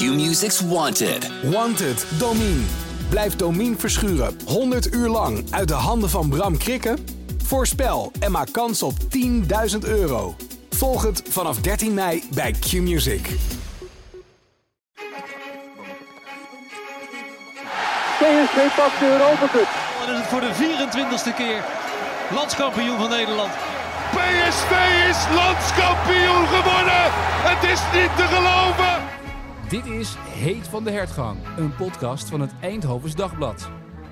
Q-Music's Wanted. Wanted, Domine. Blijft Domine verschuren 100 uur lang uit de handen van Bram Krikke? Voorspel en maak kans op €10.000. Volg het vanaf 13 mei bij Q-Music. PSV pakt de Europa Cup. Dan is het voor de 24e keer landskampioen van Nederland. PSV is landskampioen geworden! Het is niet te geloven! Dit is Heet van de Hertgang, een podcast van het Eindhovens Dagblad.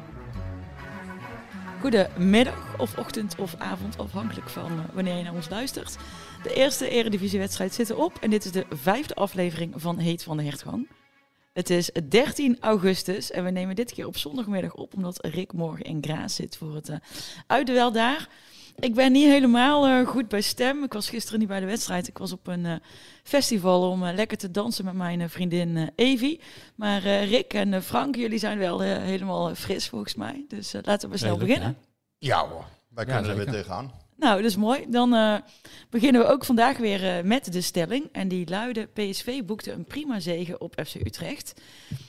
Goedemiddag of ochtend of avond, afhankelijk van wanneer je naar ons luistert. De eerste eredivisiewedstrijd zit erop en dit is de 5e aflevering van Heet van de Hertgang. Het is 13 augustus en we nemen dit keer op zondagmiddag op, omdat Rick morgen in Graas zit voor het uitduel daar. Ik ben niet helemaal goed bij stem. Ik was gisteren niet bij de wedstrijd. Ik was op een festival om lekker te dansen met mijn vriendin Evie. Maar Rick en Frank, jullie zijn wel helemaal fris volgens mij. Dus laten we maar snel beginnen. Ja hoor, wij kunnen er weer tegenaan. Nou, dat is mooi. Dan beginnen we ook vandaag weer met de stelling. En die luidde: PSV boekte een prima zege op FC Utrecht.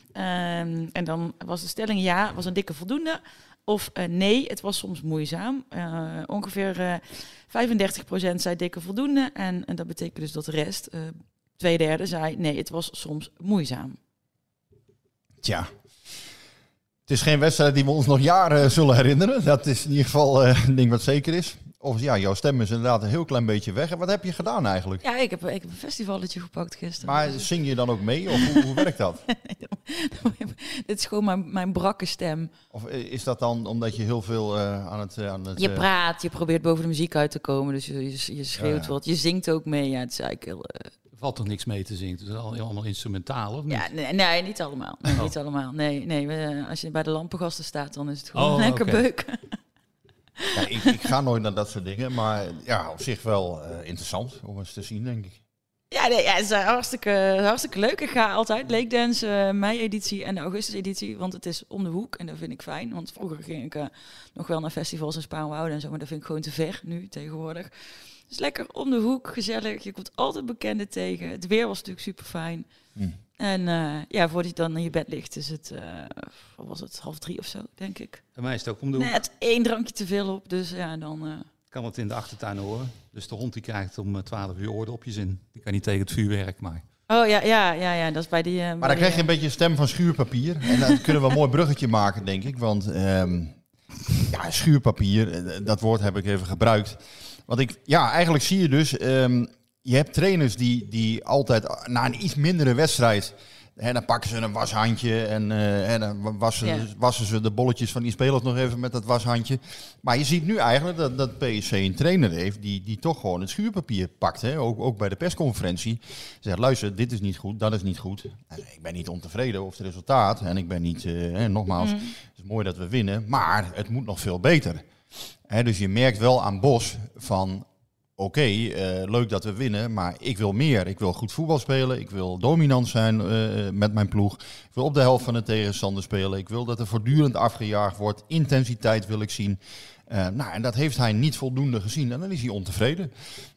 En dan was de stelling ja, was een dikke voldoende. Of nee, het was soms moeizaam. Ongeveer 35% zei dikke voldoende. En dat betekent dus dat de rest, 2/3, zei nee, het was soms moeizaam. Tja, het is geen wedstrijd die we ons nog jaren zullen herinneren. Dat is in ieder geval een ding wat zeker is. Of ja, jouw stem is inderdaad een heel klein beetje weg. En wat heb je gedaan eigenlijk? Ja, ik heb een festivalletje gepakt gisteren. Maar zing je dan ook mee? Of hoe werkt dat? Dit is gewoon mijn brakke stem. Of is dat dan omdat je heel veel aan het... Je praat, je probeert boven de muziek uit te komen. Dus je schreeuwt wat. Je zingt ook mee. Ja, het is eigenlijk heel... Er valt toch niks mee te zingen? Het is allemaal instrumentaal, of niet? Ja, nee, niet allemaal. Nee, niet allemaal. Nee, als je bij de lampengasten staat, dan is het gewoon lekker beuken. Ja, ik ga nooit naar dat soort dingen, maar ja, op zich wel interessant om eens te zien, denk ik. Ja, het is hartstikke leuk. Ik ga altijd Lake Dance, mei-editie en de augustus-editie, want het is om de hoek en dat vind ik fijn. Want vroeger ging ik nog wel naar festivals in Spaanwouden en zo, maar dat vind ik gewoon te ver nu tegenwoordig. Dus lekker om de hoek, gezellig. Je komt altijd bekenden tegen. Het weer was natuurlijk super fijn. En voordat je dan in je bed ligt, is het, wat was het, 2:30 of zo, denk ik. Bij mij is het ook om de hoek. Net 1 drankje te veel op, dus ja, dan... Kan het in de achtertuin horen. Dus de hond die krijgt om 12 uur oordopjes in. Die kan niet tegen het vuurwerk, maar... Oh ja, dat is bij die... Maar dan krijg je een beetje een stem van schuurpapier. En dan kunnen we een mooi bruggetje maken, denk ik. Want schuurpapier, dat woord heb ik even gebruikt. Want eigenlijk zie je dus... je hebt trainers die altijd na een iets mindere wedstrijd... dan pakken ze een washandje en dan wassen ze de bolletjes van die spelers nog even met dat washandje. Maar je ziet nu eigenlijk dat PSV een trainer heeft die toch gewoon het schuurpapier pakt. Hè? Ook bij de persconferentie. Zegt, luister, dit is niet goed, dat is niet goed. Ik ben niet ontevreden over het resultaat. En ik ben niet, nogmaals, het is mooi dat we winnen. Maar het moet nog veel beter. Dus je merkt wel aan Bos van... Oké, leuk dat we winnen, maar ik wil meer. Ik wil goed voetbal spelen. Ik wil dominant zijn met mijn ploeg. Ik wil op de helft van de tegenstander spelen. Ik wil dat er voortdurend afgejaagd wordt. Intensiteit wil ik zien. En dat heeft hij niet voldoende gezien. En dan is hij ontevreden.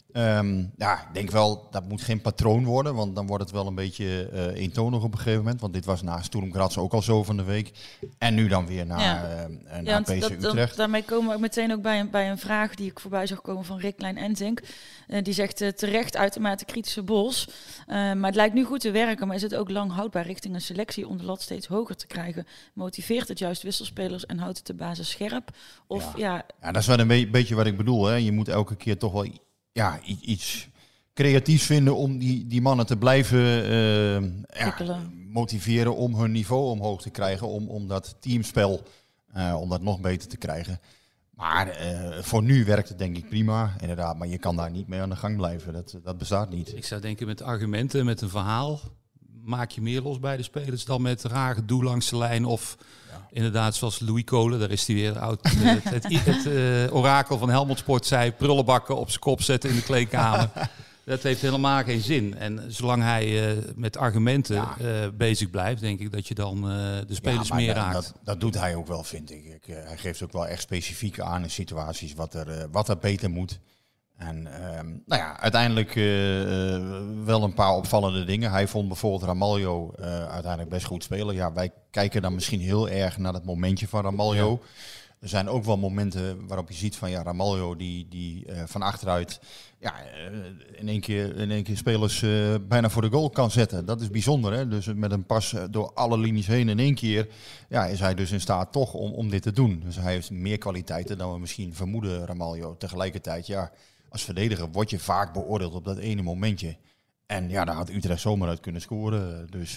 Ik denk wel, dat moet geen patroon worden. Want dan wordt het wel een beetje eentonig op een gegeven moment. Want dit was na Sturm Graz ook al zo van de week. En nu dan weer naar PSV Utrecht. Daarmee komen we ook meteen ook bij een vraag die ik voorbij zag komen van Rick Klein-Entink. Die zegt terecht uitermate kritische Bos. Maar het lijkt nu goed te werken. Maar is het ook lang houdbaar richting een selectie om de lat steeds hoger te krijgen? Motiveert het juist wisselspelers en houdt het de basis scherp? Ja, dat is wel een beetje wat ik bedoel. Hè. Je moet elke keer toch wel... iets creatiefs vinden om die mannen te blijven motiveren om hun niveau omhoog te krijgen, om dat teamspel om dat nog beter te krijgen. Maar voor nu werkt het denk ik prima, inderdaad. Maar je kan daar niet mee aan de gang blijven. Dat bestaat niet. Ik zou denken met argumenten, met een verhaal, maak je meer los bij de spelers dan met raar gedoe langs de lijn of... Inderdaad, zoals Louis Kolen, daar is hij weer oud. Het orakel van Helmond Sport zei, prullenbakken op zijn kop zetten in de kleedkamer. Dat heeft helemaal geen zin. En zolang hij met argumenten bezig blijft, denk ik dat je dan de spelers meer raakt. Dat doet hij ook wel, vind ik. Hij geeft ook wel echt specifiek aan in situaties wat er beter moet. En uiteindelijk wel een paar opvallende dingen. Hij vond bijvoorbeeld Ramalho uiteindelijk best goed spelen. Ja, wij kijken dan misschien heel erg naar het momentje van Ramalho. Ja. Er zijn ook wel momenten waarop je ziet van Ramalho die van achteruit in één keer spelers bijna voor de goal kan zetten. Dat is bijzonder, hè? Dus met een pas door alle linies heen in één keer is hij dus in staat toch om dit te doen. Dus hij heeft meer kwaliteiten dan we misschien vermoeden, Ramalho. Tegelijkertijd, als verdediger word je vaak beoordeeld op dat ene momentje. En daar had Utrecht zomaar uit kunnen scoren. Dus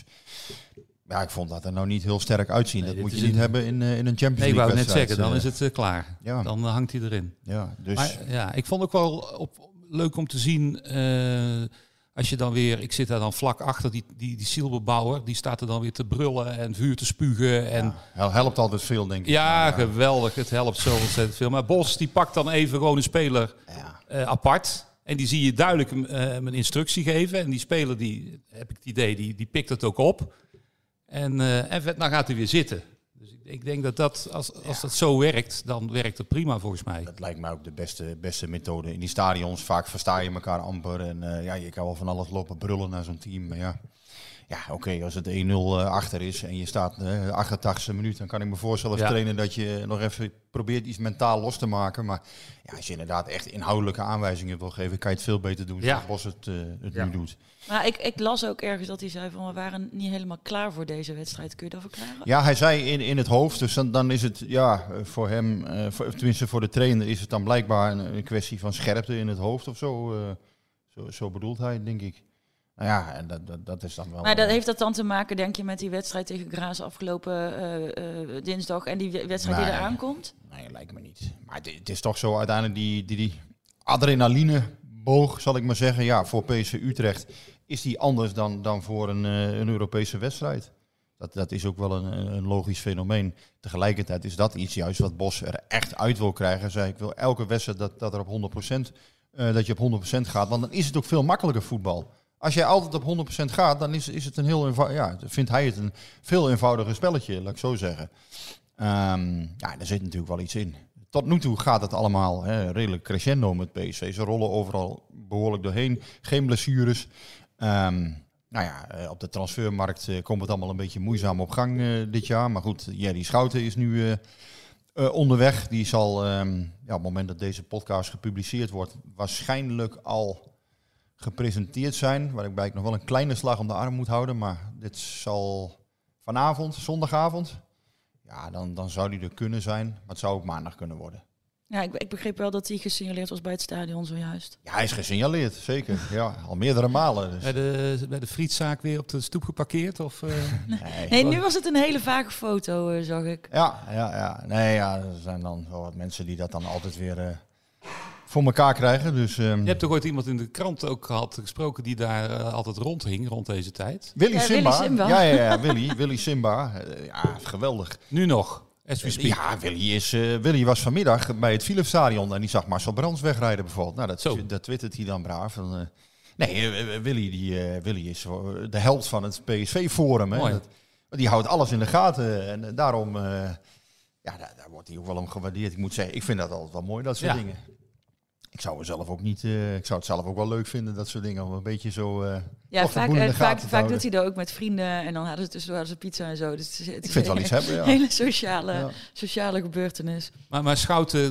ik vond dat er nou niet heel sterk uitzien. Nee, dat moet je niet hebben in een Champions League wedstrijd. Nee, ik wou net zeggen, dan is het klaar. Ja. Dan hangt hij erin. Ja, dus... Maar ik vond ook wel leuk om te zien... als je dan weer... Ik zit daar dan vlak achter, die Silberbouwer. Die staat er dan weer te brullen en vuur te spugen. En helpt altijd veel, denk ik. Ja, geweldig. Het helpt zo ontzettend veel. Maar Bos, die pakt dan even gewoon een speler apart... En die zie je duidelijk een instructie geven. En die speler, die heb ik het idee, die pikt het ook op. En dan gaat hij weer zitten. Dus ik denk dat als dat zo werkt, dan werkt het prima volgens mij. Dat lijkt mij ook de beste methode. In die stadions vaak versta je elkaar amper. En je kan wel van alles lopen brullen naar zo'n team. Maar oké, als het 1-0 achter is en je staat 88e minuut, dan kan ik me voorstellen als trainer dat je nog even probeert iets mentaal los te maken. Maar als je inderdaad echt inhoudelijke aanwijzingen wil geven, kan je het veel beter doen zoals Bos het nu doet. Maar ik las ook ergens dat hij zei van we waren niet helemaal klaar voor deze wedstrijd. Kun je dat verklaren? Ja, hij zei in het hoofd. Dus dan is het voor hem, tenminste voor de trainer, is het dan blijkbaar een kwestie van scherpte in het hoofd of zo. Zo bedoelt hij, denk ik. Nou ja, en dat is dan wel... Maar heeft dat dan te maken, denk je, met die wedstrijd tegen Graas afgelopen dinsdag en die wedstrijd die eraan komt? Nee, lijkt me niet. Maar het is toch zo uiteindelijk die adrenalineboog, zal ik maar zeggen. Voor PSV Utrecht is die anders dan voor een Europese wedstrijd. Dat is ook wel een logisch fenomeen. Tegelijkertijd is dat iets juist wat Bos er echt uit wil krijgen. Zei ik wil elke wedstrijd dat er op 100%, dat je op 100% gaat. Want dan is het ook veel makkelijker voetbal. Als jij altijd op 100% gaat, dan is het een heel vindt hij het een veel eenvoudiger spelletje, laat ik zo zeggen. Daar zit natuurlijk wel iets in. Tot nu toe gaat het allemaal redelijk crescendo met PSV. Ze rollen overal behoorlijk doorheen. Geen blessures. Op de transfermarkt komt het allemaal een beetje moeizaam op gang dit jaar. Maar goed, Jerry Schouten is nu onderweg. Die zal op het moment dat deze podcast gepubliceerd wordt, waarschijnlijk al gepresenteerd zijn, waarbij ik nog wel een kleine slag om de arm moet houden, maar dit zal vanavond, zondagavond, dan zou die er kunnen zijn, maar het zou ook maandag kunnen worden. Ja, ik begreep wel dat hij gesignaleerd was bij het stadion zojuist. Ja, hij is gesignaleerd, zeker. Ja, al meerdere malen. Dus. Bij de frietzaak weer op de stoep geparkeerd? Of, Nee, nu was het een hele vage foto, zag ik. Ja. Nee, er zijn dan wel wat mensen die dat dan altijd weer voor elkaar krijgen. Dus, je hebt toch ooit iemand in de krant ook gesproken die daar altijd rondhing rond deze tijd? Willy Simba. Ja, Willy Simba. Geweldig. Nu nog? Willy was vanmiddag bij het Philipsstadion en die zag Marcel Brands wegrijden bijvoorbeeld. Nou, dat twittert hij dan braaf. Willy is de held van het PSV-forum. Die houdt alles in de gaten en daarom daar wordt hij ook wel om gewaardeerd. Ik moet zeggen, ik vind dat altijd wel mooi, dat soort dingen. Ik zou het zelf ook wel leuk vinden, dat soort dingen, om een beetje zo... vaak doet hij dat ook met vrienden en dan hadden ze tussendoor pizza en zo. Dus het ik vind het wel iets hebben, hele sociale gebeurtenis. Maar Schouten,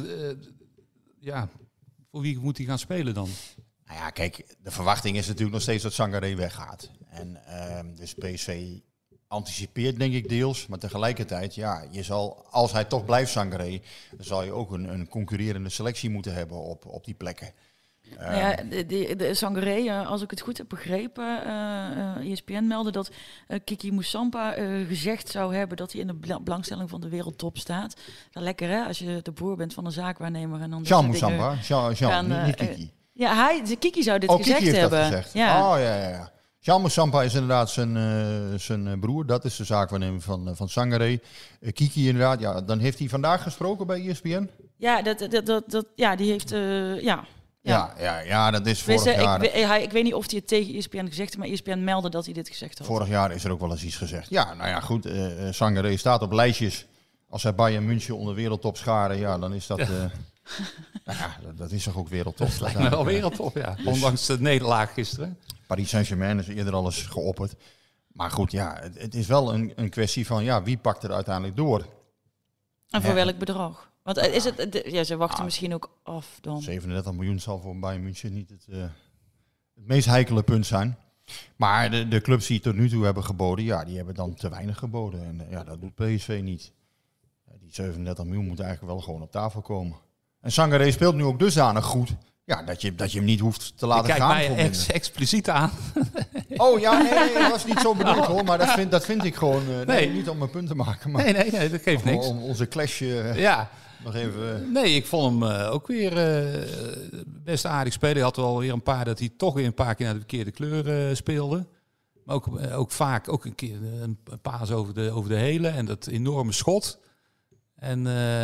voor wie moet hij gaan spelen dan? Nou ja, kijk, de verwachting is natuurlijk nog steeds dat Sangaré weggaat. En dus PSV anticipeert denk ik deels, maar tegelijkertijd, je zal, als hij toch blijft Sangaré, dan zal je ook een concurrerende selectie moeten hebben op die plekken. De Sangaré, als ik het goed heb begrepen, ESPN meldde dat Kiki Moussampa gezegd zou hebben dat hij in de belangstelling van de wereldtop staat. Dat lekker hè, als je de broer bent van een zaakwaarnemer. En dan Jean Moussampa, niet Kiki. Kiki zou dit gezegd Kiki hebben. Dat gezegd. Ja. Jean Moussampa is inderdaad zijn broer. Dat is de zaakwaarnemer van Sangaré. Kiki inderdaad. Dan heeft hij vandaag gesproken bij ESPN? Ja, die heeft... Ja, dat is vorig jaar. Ik weet niet of hij het tegen ESPN gezegd heeft, maar ESPN meldde dat hij dit gezegd had. Vorig jaar is er ook wel eens iets gezegd. Ja, nou ja, goed. Sangaré staat op lijstjes. Als hij Bayern München onder wereldtop scharen, dan is dat... Nou ja, dat is toch ook wereldtop. Dat lijkt me wel wereldtop, ja. Dus- Ondanks de nederlaag gisteren. Paris Saint-Germain is eerder al eens geopperd. Maar goed, ja, het is wel een kwestie van ja, wie pakt er uiteindelijk door? En voor Ja. welk bedrag? Want is het, ze wachten misschien ook af dan. 37 miljoen zal voor Bayern München niet het meest heikele punt zijn. Maar de clubs die tot nu toe hebben geboden, ja, die hebben dan te weinig geboden. En ja, dat doet PSV niet. Die 37 miljoen moet eigenlijk wel gewoon op tafel komen. En Sangaré speelt nu ook dusdanig goed, ja, dat je hem niet hoeft te laten Kijk gaan. mij voor minder. expliciet aan. Oh ja, nee, dat was niet zo bedoeld hoor, maar dat vind ik gewoon, Nee. niet om mijn punt te maken, maar Nee, dat geeft niks. om onze clash Ja, nog even... nee, ik vond hem ook weer best aardig spelen. Hij had wel weer een paar dat hij toch weer een paar keer naar de verkeerde kleur speelde. Maar ook vaak ook een keer een paas over de hele en dat enorme schot. En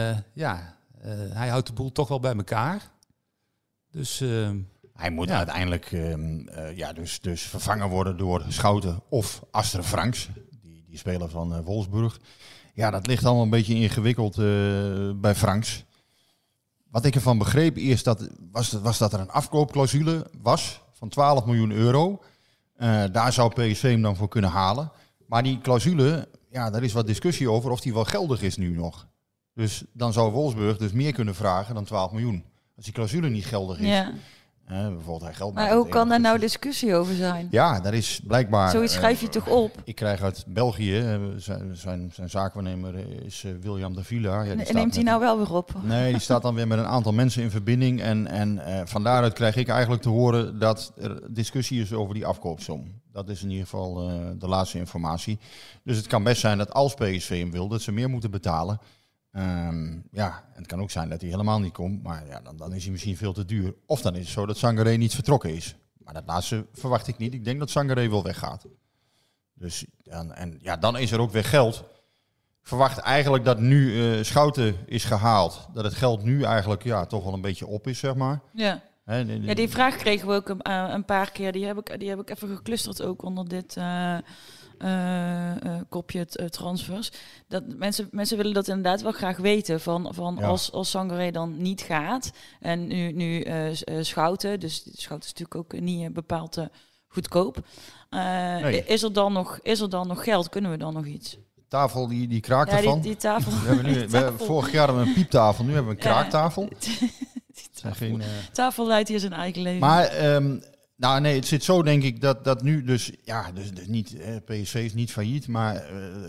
hij houdt de boel toch wel bij elkaar. Dus Hij moet uiteindelijk dus vervangen worden door Schouten of Aster Franks, die speler van Wolfsburg. Ja, dat ligt allemaal een beetje ingewikkeld bij Franks. Wat ik ervan begreep eerst, was dat er een afkoopclausule was van 12 miljoen euro. Daar zou PSV hem dan voor kunnen halen. Maar die clausule, ja, daar is wat discussie over of die wel geldig is nu nog. Dus dan zou Wolfsburg dus meer kunnen vragen dan 12 miljoen. Als die clausule niet geldig is. Ja. Bijvoorbeeld hij geld. Maar hoe kan daar nou discussie over zijn? Ja, daar is blijkbaar... Zoiets schrijf je toch op? Ik krijg uit België, zijn zaakwaarnemer is William de Villa. Ja, die En staat neemt hij met- nou wel weer op? Nee, die staat dan weer met een aantal mensen in verbinding. En van daaruit krijg ik eigenlijk te horen dat er discussie is over die afkoopsom. Dat is in ieder geval de laatste informatie. Dus het kan best zijn dat als PSV hem wil, dat ze meer moeten betalen. Het kan ook zijn dat hij helemaal niet komt. Maar ja, dan is hij misschien veel te duur. Of dan is het zo dat Sangaré niet vertrokken is. Maar dat laatste verwacht ik niet. Ik denk dat Sangaré wel weggaat. Dus, dan is er ook weer geld. Ik verwacht eigenlijk dat nu Schouten is gehaald. Dat het geld nu eigenlijk toch wel een beetje op is, zeg maar. Ja. Hè, Ja, die vraag kregen we ook een paar keer. Die heb ik even geclusterd ook onder dit kopje transfers. Dat mensen willen dat inderdaad wel graag weten. Van Ja. als Sangaré dan niet gaat. En nu Schouten. Dus Schouten is natuurlijk ook niet bepaald goedkoop. Nee. Is er dan nog geld? Kunnen we dan nog iets? tafel die kraakt Ja, ervan. die tafel. We hebben die tafel. vorig jaar hadden we een pieptafel, nu hebben we een kraaktafel. Die Zijn tafel. geen, Tafel leidt hier zijn eigen leven. Maar het zit zo denk ik dat nu dus niet, PSV is niet failliet, maar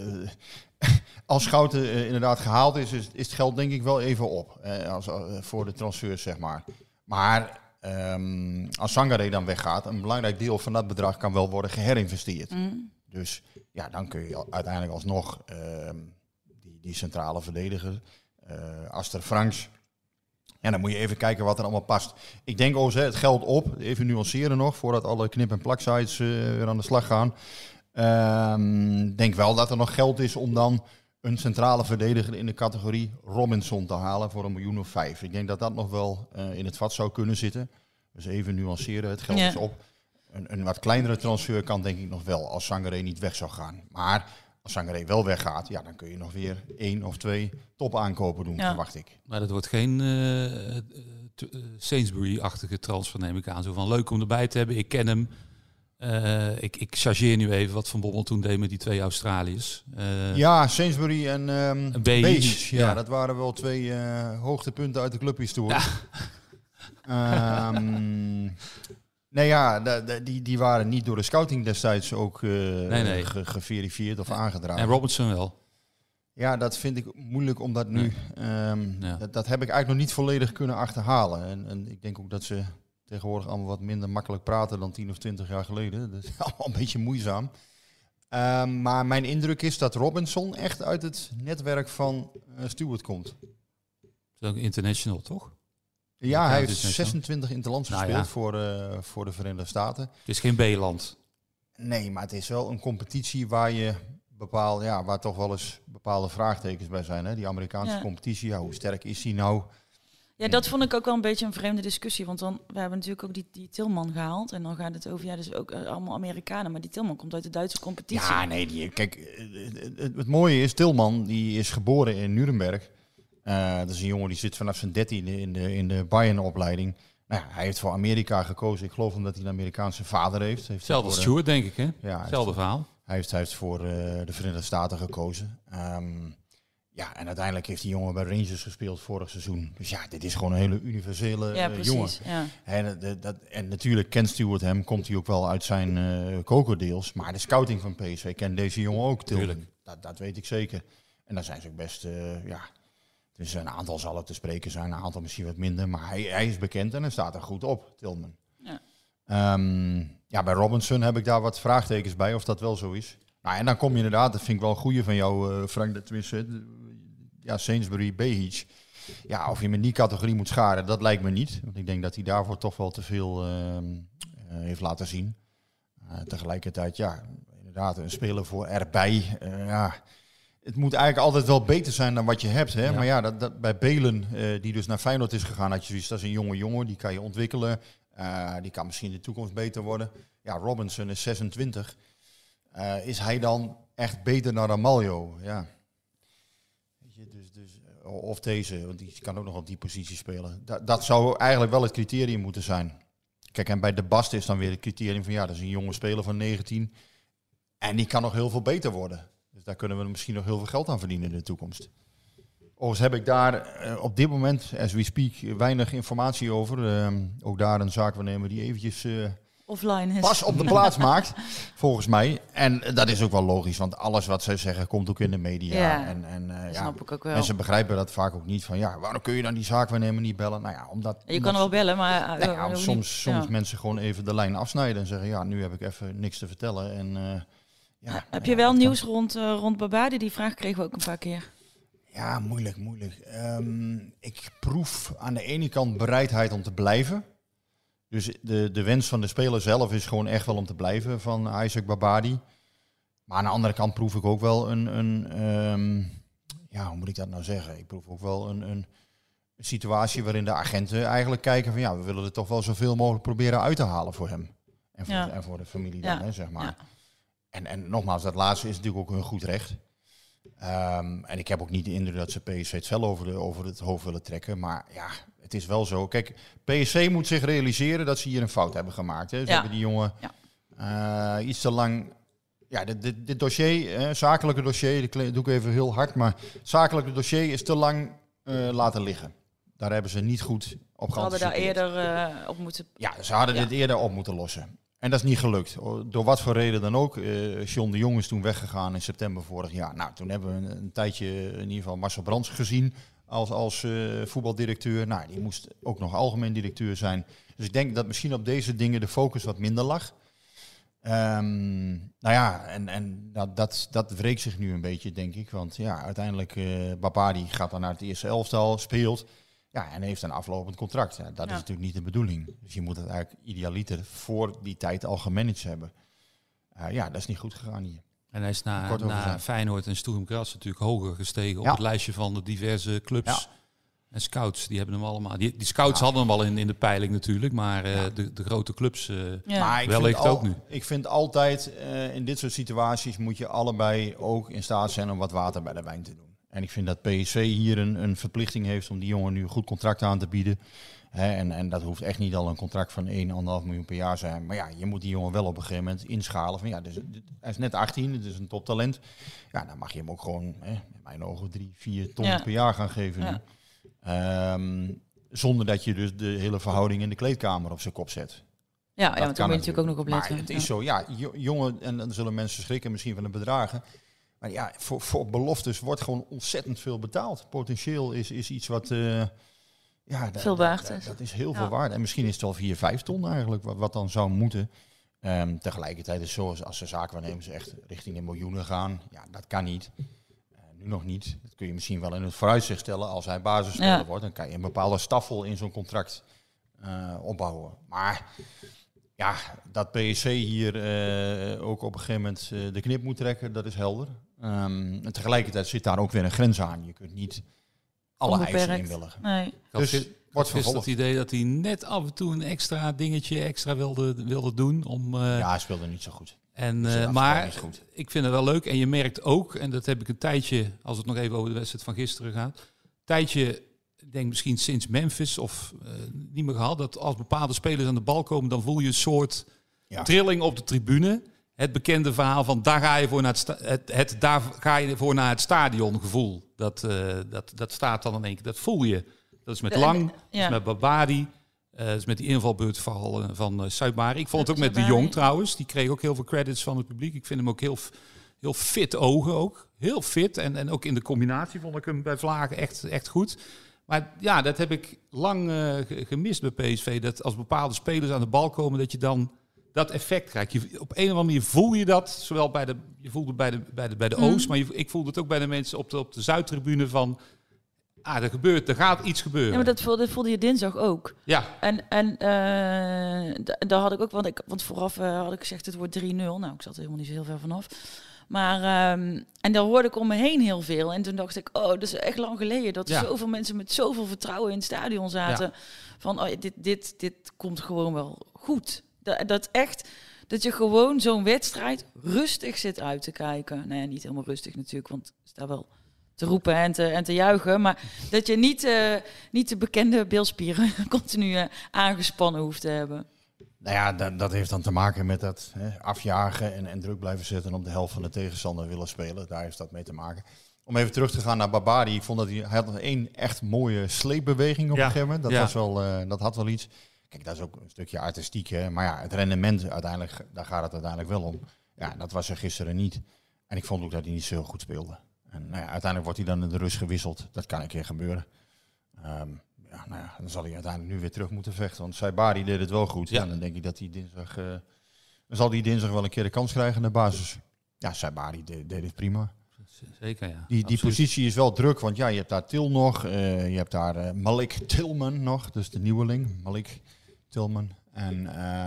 als Schouten inderdaad gehaald is het geld denk ik wel even op voor de transfers, zeg maar. Maar als Sangaré dan weggaat, een belangrijk deel van dat bedrag kan wel worden geherinvesteerd. Dus ja, dan kun je uiteindelijk alsnog die centrale verdediger, Aster Franks. En dan moet je even kijken wat er allemaal past. Ik denk het geld op. Even nuanceren nog, voordat alle knip- en plaksites weer aan de slag gaan. Denk wel dat er nog geld is om dan een centrale verdediger in de categorie Robinson te halen voor 1,5 miljoen. Ik denk dat dat nog wel in het vat zou kunnen zitten. Dus even nuanceren, het geld is op. Een wat kleinere transfer kan denk ik nog wel, als Sangaré niet weg zou gaan. Maar als Sangaré wel weggaat, ja, dan kun je nog weer 1 of 2 top aankopen doen, verwacht ik. Maar dat wordt geen Sainsbury-achtige transfer, neem ik aan. Zo van leuk om erbij te hebben. Ik ken hem. Ik chargeer nu even wat Van Bommel toen deed met die 2 Australiërs. Ja, Sainsbury en Behic, ja, dat waren wel 2 hoogtepunten uit de clubhistorie. Ja. Nee, ja, die waren niet door de scouting destijds ook geverifieerd of aangedragen. En Robinson wel. Ja, dat vind ik moeilijk om dat nu... Dat heb ik eigenlijk nog niet volledig kunnen achterhalen. En ik denk ook dat ze tegenwoordig allemaal wat minder makkelijk praten dan 10 of 20 jaar geleden. Dat is allemaal een beetje moeizaam. Maar mijn indruk is dat Robinson echt uit het netwerk van Stewart komt. Dat is ook international, toch? Ja, hij heeft dus 26 interlands gespeeld voor de Verenigde Staten. Het is geen B-land. Nee, maar het is wel een competitie waar je waar toch wel eens bepaalde vraagtekens bij zijn. Hè? Die Amerikaanse competitie, hoe sterk is die nou? Ja, dat vond ik ook wel een beetje een vreemde discussie. Want we hebben natuurlijk ook die Tilman gehaald. En dan gaat het over, dus ook allemaal Amerikanen. Maar die Tilman komt uit de Duitse competitie. Ja, nee, kijk, het mooie is, Tilman die is geboren in Nuremberg. Dat is een jongen die zit vanaf zijn 13e in de Bayern-opleiding. Nou ja, hij heeft voor Amerika gekozen. Ik geloof omdat hij een Amerikaanse vader heeft. Hetzelfde als Stuart, denk ik, hè? Ja, Hetzelfde verhaal. Hij heeft voor de Verenigde Staten gekozen. En uiteindelijk heeft die jongen bij Rangers gespeeld vorig seizoen. Dus ja, dit is gewoon een hele universele jongen. Ja. En natuurlijk kent Stuart hem, komt hij ook wel uit zijn kokerdeels. Maar de scouting van PSV kent deze jongen ook. Tuurlijk. Dat weet ik zeker. En daar zijn ze ook best, dus een aantal zal het te spreken zijn, een aantal misschien wat minder. Maar hij is bekend en hij staat er goed op, Tillman. Ja. Bij Robinson heb ik daar wat vraagtekens bij, of dat wel zo is. Nou, en dan kom je inderdaad, dat vind ik wel een goeie van jou, Frank, tenminste, Sainsbury, Behic. Ja, of je hem in die categorie moet scharen, dat lijkt me niet. Want ik denk dat hij daarvoor toch wel te veel heeft laten zien. Tegelijkertijd, inderdaad, een speler voor erbij. Het moet eigenlijk altijd wel beter zijn dan wat je hebt. Hè? Ja. Maar dat bij Belen, die dus naar Feyenoord is gegaan, had je zoiets, dat is een jonge jongen, die kan je ontwikkelen. Die kan misschien in de toekomst beter worden. Ja, Robinson is 26. Is hij dan echt beter dan Ramaljo? Ja. Weet je, of deze, want die kan ook nog op die positie spelen. Dat zou eigenlijk wel het criterium moeten zijn. Kijk, en bij De Bast is dan weer het criterium van, dat is een jonge speler van 19. En die kan nog heel veel beter worden. Dus daar kunnen we misschien nog heel veel geld aan verdienen in de toekomst. Overigens heb ik daar op dit moment, as we speak, weinig informatie over. Ook daar een zaakwaarnemer die eventjes offline is. Pas op de plaats maakt, volgens mij. En dat is ook wel logisch, want alles wat zij zeggen komt ook in de media. Ja, dat snap ik ook wel. Mensen begrijpen dat vaak ook niet. Van waarom kun je dan die zaakwaarnemer niet bellen? Nou ja, omdat... Je kan er wel bellen, maar... soms mensen gewoon even de lijn afsnijden en zeggen, nu heb ik even niks te vertellen. En, heb je wel nieuws rond Babadi? Die vraag kregen we ook een paar keer. Ja, moeilijk. Ik proef aan de ene kant bereidheid om te blijven. Dus de wens van de speler zelf is gewoon echt wel om te blijven van Isaac Babadi. Maar aan de andere kant proef ik ook wel hoe moet ik dat nou zeggen? Ik proef ook wel een situatie waarin de agenten eigenlijk kijken van we willen er toch wel zoveel mogelijk proberen uit te halen voor hem. En voor de familie dan, hè, zeg maar. Ja. En nogmaals, dat laatste is natuurlijk ook hun goed recht. En ik heb ook niet de indruk dat ze PSV het vel over het hoofd willen trekken. Maar het is wel zo. Kijk, PSV moet zich realiseren dat ze hier een fout hebben gemaakt. Hè. Ze hebben die jongen iets te lang... Ja, dit dossier, zakelijke dossier, dat doe ik even heel hard. Maar het zakelijke dossier is te lang laten liggen. Daar hebben ze niet goed op geanticipeerd. Ze hadden daar eerder op moeten... Ja, ze hadden dit eerder op moeten lossen. En dat is niet gelukt. Door wat voor reden dan ook. John de Jong is toen weggegaan in september vorig jaar. Nou, toen hebben we een tijdje in ieder geval Marcel Brands gezien als voetbaldirecteur. Nou, die moest ook nog algemeen directeur zijn. Dus ik denk dat misschien op deze dingen de focus wat minder lag. Dat wreekt zich nu een beetje, denk ik. Want uiteindelijk Babadi gaat dan naar het eerste elftal, speelt. Ja, en heeft een aflopend contract. Ja, dat is natuurlijk niet de bedoeling. Dus je moet het eigenlijk idealiter voor die tijd al gemanaged hebben. Dat is niet goed gegaan hier. En hij is na Feyenoord en Sturm Graz natuurlijk hoger gestegen op het lijstje van de diverse clubs en scouts. Die hebben hem allemaal. Die scouts hadden hem al in de peiling natuurlijk, maar de grote clubs wellicht ook nu. Ik vind altijd in dit soort situaties moet je allebei ook in staat zijn om wat water bij de wijn te doen. En ik vind dat PSV hier een verplichting heeft om die jongen nu een goed contract aan te bieden. En dat hoeft echt niet al een contract van 1,5 miljoen per jaar zijn. Maar je moet die jongen wel op een gegeven moment inschalen. Van, dus, hij is net 18, het is een toptalent. Ja, dan mag je hem ook gewoon, in mijn ogen, 3-4 ton per jaar gaan geven nu. Zonder dat je dus de hele verhouding in de kleedkamer op zijn kop zet. Ja, want daar moet je natuurlijk ook nog op letten. Maar het is zo, jongen, en dan zullen mensen schrikken misschien van de bedragen. Maar voor beloftes wordt gewoon ontzettend veel betaald. Potentieel is iets wat... veel waard is. Dat is heel veel waard. En misschien is het wel 4-5 ton eigenlijk, wat dan zou moeten. Tegelijkertijd is het zo, als de zaakwaarnemers echt richting de miljoenen gaan. Ja, dat kan niet. Nu nog niet. Dat kun je misschien wel in het vooruitzicht stellen. Als hij basisspeler wordt, dan kan je een bepaalde staffel in zo'n contract opbouwen. Maar... dat PSV hier ook op een gegeven moment de knip moet trekken, dat is helder. En tegelijkertijd zit daar ook weer een grens aan. Je kunt niet alle eisen inwilligen. Nee. Dus wordt vervolgd. Het idee dat hij net af en toe een extra wilde doen. Hij speelde niet zo goed. Maar ik vind het wel leuk. En je merkt ook, en dat heb ik een tijdje, als het nog even over de wedstrijd van gisteren gaat, tijdje, ik denk misschien sinds Memphis of niet meer gehad, dat als bepaalde spelers aan de bal komen, dan voel je een soort trilling op de tribune. Het bekende verhaal van daar ga je voor naar daar ga je voor naar het stadion gevoel. Dat staat dan in één keer. Dat voel je. Dat is met Lang, dat is met Babadi, dat is met die invalbeurt van Saibari. Ik vond het ook met De Jong trouwens. Die kreeg ook heel veel credits van het publiek. Ik vind hem ook heel fit ogen ook. Heel fit. En ook in de combinatie vond ik hem bij Vlagen echt goed. Maar ja, dat heb ik lang gemist bij PSV. Dat als bepaalde spelers aan de bal komen, dat je dan dat effect krijgt. Op een of andere manier voel je dat. Zowel je voelt het bij de Oost, maar ik voelde het ook bij de mensen op de Zuidtribune van... er gaat iets gebeuren. Ja, maar dat voelde je dinsdag ook. Ja. En daar had ik ook, want vooraf had ik gezegd het wordt 3-0. Nou, ik zat er helemaal niet zo heel ver vanaf. Maar, en daar hoorde ik om me heen heel veel. En toen dacht ik, dat is echt lang geleden. Dat zoveel mensen met zoveel vertrouwen in het stadion zaten. Ja. Van, dit komt gewoon wel goed. Dat je gewoon zo'n wedstrijd rustig zit uit te kijken. Nou ja, niet helemaal rustig natuurlijk, want het is daar wel te roepen en te juichen. Maar dat je niet de bekende bilspieren continu aangespannen hoeft te hebben. Nou ja, dat heeft dan te maken met dat afjagen en druk blijven zetten en op de helft van de tegenstander willen spelen. Daar heeft dat mee te maken. Om even terug te gaan naar Babadi. Ik vond dat hij had één echt mooie sleepbeweging op een gegeven moment. Dat had wel iets. Kijk, dat is ook een stukje artistiek, hè. Maar ja, het rendement uiteindelijk, daar gaat het uiteindelijk wel om. Ja, dat was er gisteren niet. En ik vond ook dat hij niet zo heel goed speelde. En uiteindelijk wordt hij dan in de rust gewisseld. Dat kan een keer gebeuren. Dan zal hij uiteindelijk nu weer terug moeten vechten. Want Saibari deed het wel goed. Ja. En dan denk ik dat hij dinsdag... dan zal hij dinsdag wel een keer de kans krijgen in de basis. Ja, Saibari deed het prima. Zeker, ja. Die positie is wel druk, want je hebt daar Til nog. Je hebt daar Malik Tillman nog. Dus de nieuweling. Malik Tillman. En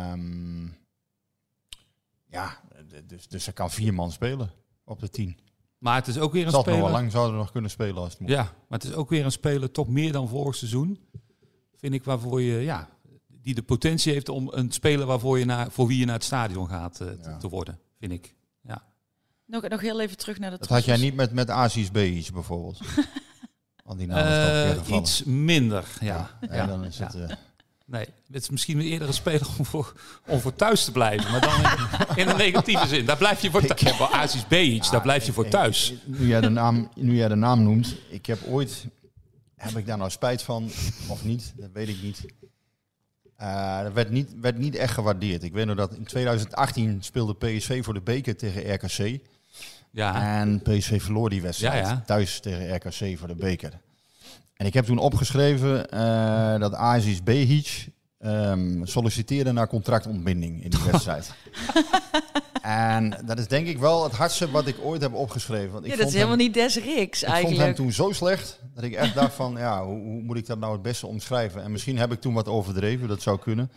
dus er kan 4 man spelen op de 10. Maar het is ook weer een speler... nog wel lang zouden nog kunnen spelen als het moet. Ja, maar het is ook weer een speler, toch meer dan vorig seizoen. Vind ik, waarvoor je, die de potentie heeft om een speler voor wie je naar het stadion gaat te worden, vind ik. Ja. Nog heel even terug naar dat had jij niet met Aziz Behic bijvoorbeeld? Want die naam is iets minder, ja. Dan is het... Nee, het is misschien eerder een speler om voor thuis te blijven. Maar dan in een negatieve zin. Daar blijf je voor thuis. Aziz Behic, daar blijf je voor thuis. Nu jij de naam noemt. Heb ik daar nou spijt van of niet? Dat weet ik niet. Dat werd niet echt gewaardeerd. Ik weet nog dat in 2018 speelde PSV voor de beker tegen RKC. Ja. En PSV verloor die wedstrijd thuis tegen RKC voor de beker. En ik heb toen opgeschreven dat Aziz Behic solliciteerde naar contractontbinding in die wedstrijd. En dat is denk ik wel het hardste wat ik ooit heb opgeschreven. Want dat is helemaal niet des riks eigenlijk. Ik vond hem toen zo slecht dat ik echt dacht van, hoe moet ik dat nou het beste omschrijven? En misschien heb ik toen wat overdreven, dat zou kunnen.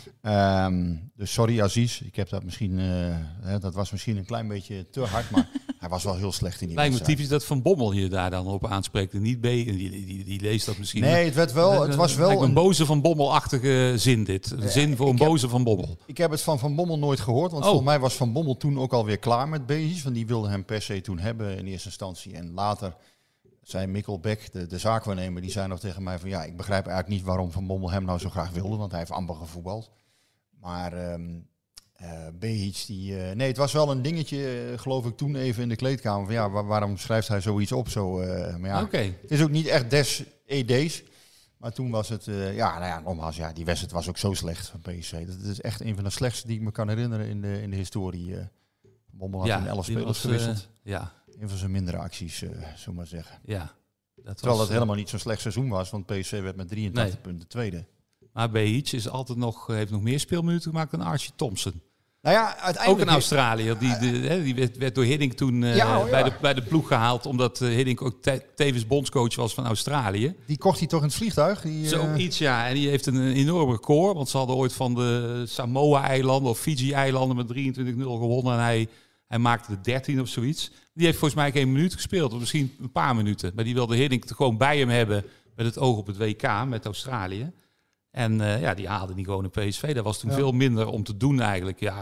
Dus sorry Aziz, ik heb dat misschien, dat was misschien een klein beetje te hard, maar hij was wel heel slecht in die wedstrijd. Lijkt me typisch dat Van Bommel hier daar dan op aanspreekt en niet B. Die leest dat misschien. Nee, het was wel een boze Van Bommel-achtige zin dit. Een zin voor een boze Van Bommel. Ik heb het van Bommel nooit gehoord, want volgens mij was Van Bommel toen ook alweer klaar met Behic. Want die wilde hem per se toen hebben in eerste instantie. En later zei Mikkel Beck, de zaakwaarnemer, die zei nog tegen mij van ik begrijp eigenlijk niet waarom Van Bommel hem nou zo graag wilde, want hij heeft amper gevoetbald. Maar Behic, het was wel een dingetje, geloof ik, toen even in de kleedkamer. Van waarom schrijft hij zoiets op? Het is ook niet echt des ED's. Maar toen was het, nogmaals, die wedstrijd was ook zo slecht van PSV. Dat is echt een van de slechtste die ik me kan herinneren in de historie. Bommel had in 11 spelers gewisseld. Een van zijn mindere acties, zullen maar zeggen. Ja, terwijl dat helemaal niet zo'n slecht seizoen was, want PSV werd met 83 punten tweede. Maar Behic heeft nog meer speelminuten gemaakt dan Archie Thompson. Nou ja, uiteindelijk... Ook in Australië. Die werd door Hiddink toen bij de ploeg gehaald, omdat Hiddink ook tevens bondscoach was van Australië. Die kocht hij toch in het vliegtuig? Zoiets, ja. En die heeft een enorm record, want ze hadden ooit van de Samoa-eilanden of Fiji-eilanden met 23-0 gewonnen. En hij maakte de 13 of zoiets. Die heeft volgens mij geen minuut gespeeld, of misschien een paar minuten. Maar die wilde Hiddink gewoon bij hem hebben met het oog op het WK met Australië. En die haalde niet gewoon een PSV. Dat was toen veel minder om te doen eigenlijk. Ja,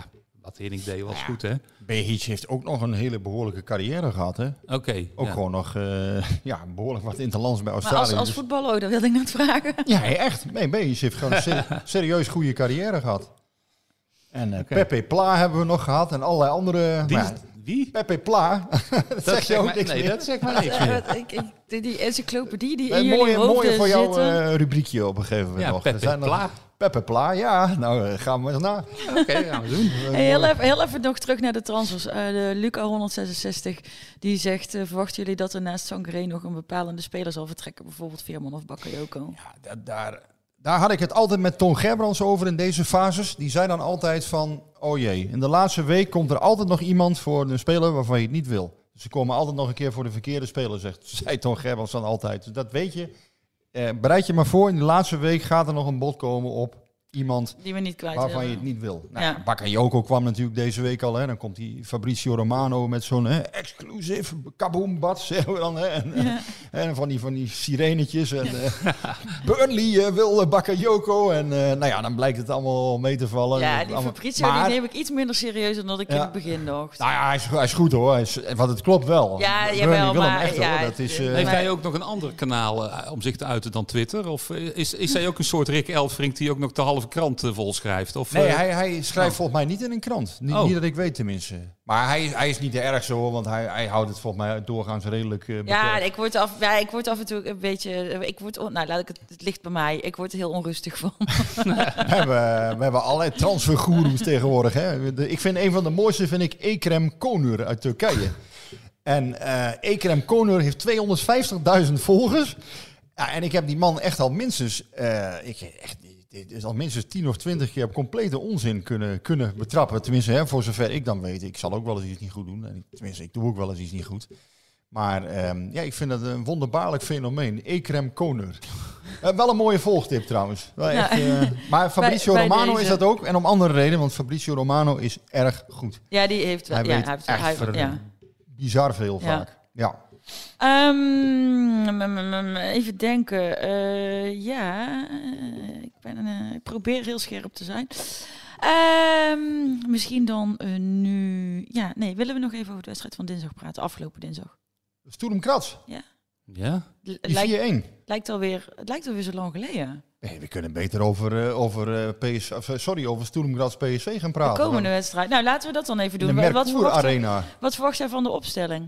Wat Hiddink deed was goed, hè? Behic heeft ook nog een hele behoorlijke carrière gehad, hè? Oké. Ook ja. gewoon nog behoorlijk wat interlands bij Maar Australië. als Dus- voetballer, dat wilde ik net vragen. Ja, echt. Nee, Behic heeft gewoon een serieus goede carrière gehad. En Pepe Pla hebben we nog gehad en allerlei andere... Die- maar ja, Wie? Pepe Pla, dat zeg je ook niks meer. dat zegt maar niks meer. Die encyclopedie die in Een jullie hoofden mooie voor jou zitten. rubriekje op een gegeven moment Ja, nog. Pepe Er zijn nog- Pla. Pepe Pla, ja. Nou, gaan we eens na. Oké, gaan we doen. Hey, heel even nog terug naar de transfers. De Luca 166 die zegt, verwachten jullie dat er naast Sangaré nog een bepalende speler zal vertrekken? Bijvoorbeeld Veerman of Bakayoko? Ja, daar had ik het altijd met Ton Gerbrands over in deze fases. Die zei dan altijd van, oh jee, in de laatste week komt er altijd nog iemand voor een speler waarvan je het niet wil. Dus ze komen altijd nog een keer voor de verkeerde speler, zei Ton Gerbrands dan altijd. Dus dat weet je. Bereid je maar voor, in de laatste week gaat er nog een bod komen op iemand Die we niet kwijt waarvan willen. je het niet wil. Nou, Ja. Bakayoko kwam natuurlijk deze week al. Hè. Dan komt die Fabrizio Romano met zo'n exclusief kaboom-bad, zeggen we dan. Hè. En van die sirenetjes. En Burnley wil Bakayoko. En nou ja, dan blijkt het allemaal mee te vallen. Ja, die Allemaal- Fabrizio maar, die neem ik iets minder serieus dan dat ik in Ja. het begin dacht. Nou ja, hij is goed hoor. Want het klopt wel. Ja, Burnley jawel, wil hem maar echt, ja, hoor. Dat is, Heeft Maar- hij ook nog een ander kanaal om zich te uiten dan Twitter? Of is hij ook een soort Rick Elfrink die ook nog de halve krant volschrijft? Of, Nee, hij schrijft volgens mij niet in een krant. Niet dat ik weet tenminste. Maar hij is niet de ergste hoor, want hij houdt het volgens mij doorgaans redelijk beperkt. Ja, ik word af en toe een beetje... het ligt bij mij. Ik word er heel onrustig van. We hebben allerlei transfergoeroes tegenwoordig. Hè. Ik vind een van de mooiste vind ik Ekrem Konur uit Turkije. En Ekrem Konur heeft 250.000 volgers. Ja, en ik heb die man echt al minstens... Dit is al minstens 10 of 20 keer op complete onzin kunnen betrappen. Tenminste, hè, voor zover ik dan weet. Ik zal ook wel eens iets niet goed doen. Tenminste, ik doe ook wel eens iets niet goed. Maar ik vind dat een wonderbaarlijk fenomeen. Ekrem Konur. Wel een mooie volgtip trouwens. Wel echt, maar Fabrizio bij Romano deze. is dat ook. En om andere reden, want Fabrizio Romano is erg goed. Ja, die heeft wel... Hij ja, weet hij heeft, echt hij- ja. bizar veel Ja. vaak. Ja. Even denken. Ik probeer heel scherp te zijn. Misschien dan nu... Ja, nee, willen we nog even over de wedstrijd van dinsdag praten? Afgelopen dinsdag. Sturm Graz, Ja? die 4-1. Het lijkt alweer zo lang geleden. Nee, we kunnen beter over Sturm Graz PSV gaan De praten. komende wedstrijd. Nou, laten we dat dan even In de doen. Mercure Arena. Wat verwacht jij van de opstelling?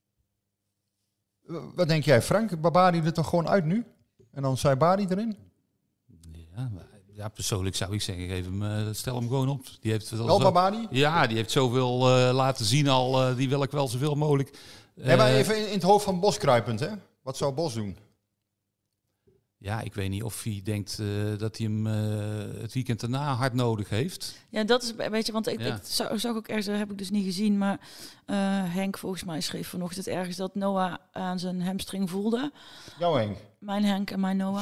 Wat denk jij, Frank? Babari er toch gewoon uit nu? En dan Saibari erin? Ja, persoonlijk zou ik zeggen, stel hem gewoon op. Die heeft Wel Babari? Ja, die heeft zoveel laten zien al. Die wil ik wel zoveel mogelijk. Nee, maar even in het hoofd van Bos kruipend, hè? Wat zou Bos doen? Ja, ik weet niet of hij denkt dat hij hem het weekend daarna hard nodig heeft. Ja, dat is een beetje, want ik Ja. zag ook ergens, dat heb ik dus niet gezien, maar Henk volgens mij schreef vanochtend ergens dat Noah aan zijn hamstring voelde. Jouw Henk. Mijn Henk en mijn Noah.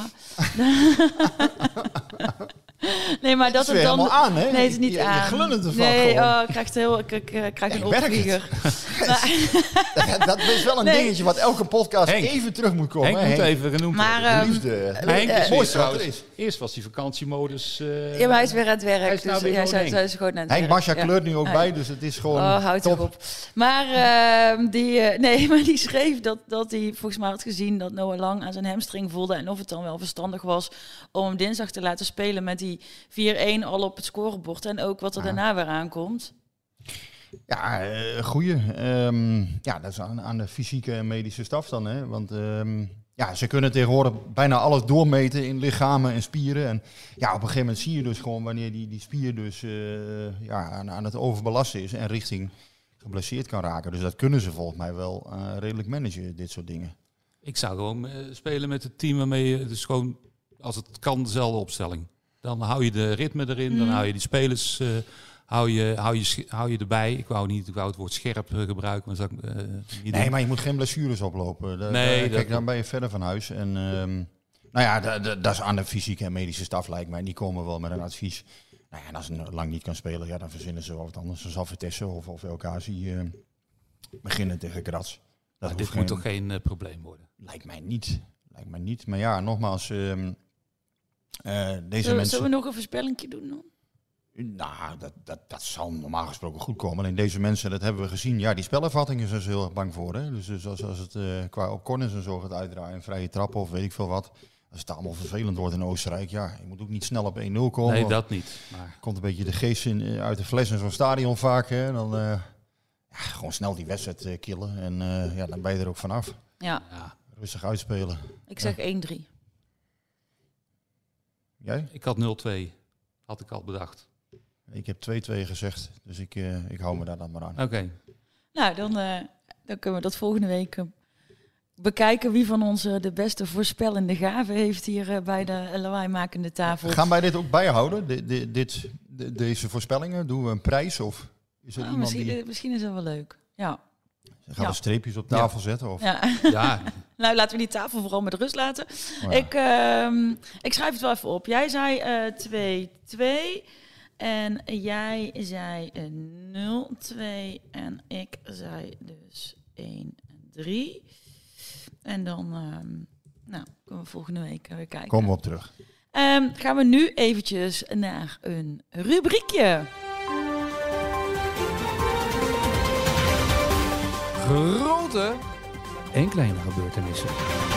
Nee, maar dat Het is het weer dan... helemaal aan, hè? Nee, het is niet je aan. glunnend ervan Nee, gewoon. ik krijg een werkt opvlieger. Dat is wel een Nee. dingetje wat elke podcast Henk. even terug moet komen. Henk hè, moet even genoemd Maar, worden. De liefde. Henk is Het weer mooiste wat er trouwens. is. Eerst was die vakantiemodus. Ja, maar hij is weer aan het werk. Hij is nou Dus weer ja, gewoon zij is gewoon aan het Henk werk. Masja Ja. kleurt nu ook Ja. bij, dus het is gewoon Houd top. toch op. Maar die schreef dat hij volgens mij had gezien dat Noah Lang aan zijn hamstring voelde. En of het dan wel verstandig was om hem dinsdag te laten spelen met die 4-1 al op het scorebord. En ook wat er daarna weer aankomt. Ja, goeie. Ja, dat is aan de fysieke en medische staf dan. Hè? Want ja, ze kunnen tegenwoordig bijna alles doormeten in lichamen en spieren. En ja, op een gegeven moment zie je dus gewoon wanneer die spier dus aan het overbelasten is en richting geblesseerd kan raken. Dus dat kunnen ze volgens mij wel redelijk managen, dit soort dingen. Ik zou gewoon spelen met het team waarmee je dus gewoon, als het kan, dezelfde opstelling. Dan hou je de ritme erin, dan hou je die spelers hou je erbij. Ik wou het woord scherp gebruiken, maar zou ik niet Nee, doen. maar je moet geen blessures oplopen. Nee, Kijk, dat- dan ben je verder van huis. En nou ja, dat is aan de fysieke en medische staf lijkt mij. Die komen wel met een advies. Nou ja, en als ze lang niet kan spelen, ja, dan verzinnen ze wel wat anders. Dan zal Vitesse of LKC beginnen tegen Graz. Maar dit moet toch geen probleem worden? Lijkt mij niet. Maar ja, nogmaals, deze Zullen mensen... we nog een voorspellingje doen dan? Nou, dat zal normaal gesproken goed komen. Alleen deze mensen, dat hebben we gezien. Ja, die spelervattingen zijn ze heel erg bang voor. Hè? Dus als het qua op corners en zo gaat uitdraaien, vrije trappen of weet ik veel wat. Als het allemaal vervelend wordt in Oostenrijk, ja, je moet ook niet snel op 1-0 komen. Nee, dat niet. Maar... Komt een beetje de geest uit de fles in zo'n stadion vaak. Hè? Dan gewoon snel die wedstrijd killen en dan ben je er ook vanaf. Ja. Rustig uitspelen. Ik zeg 1-3. Jij? Ik had 0-2. Had ik al bedacht. Ik heb 2-2 gezegd, dus ik hou me daar dan maar aan. Oké. Nou, dan kunnen we dat volgende week bekijken wie van ons de beste voorspellende gave heeft hier bij de lawaaimakende tafel. Gaan wij dit ook bijhouden, deze voorspellingen? Doen we een prijs of is er iemand misschien is dat wel leuk. Ja. Gaan we streepjes op tafel zetten? Of? Ja. Ja. Nou, laten we die tafel vooral met rust laten. Oh ja. Ik schrijf het wel even op. Jij zei 2-2 en jij zei 0-2 en ik zei dus 1-3. En dan kunnen we volgende week weer kijken. Komen we op terug. Gaan we nu eventjes naar een rubriekje. Grote en kleine gebeurtenissen.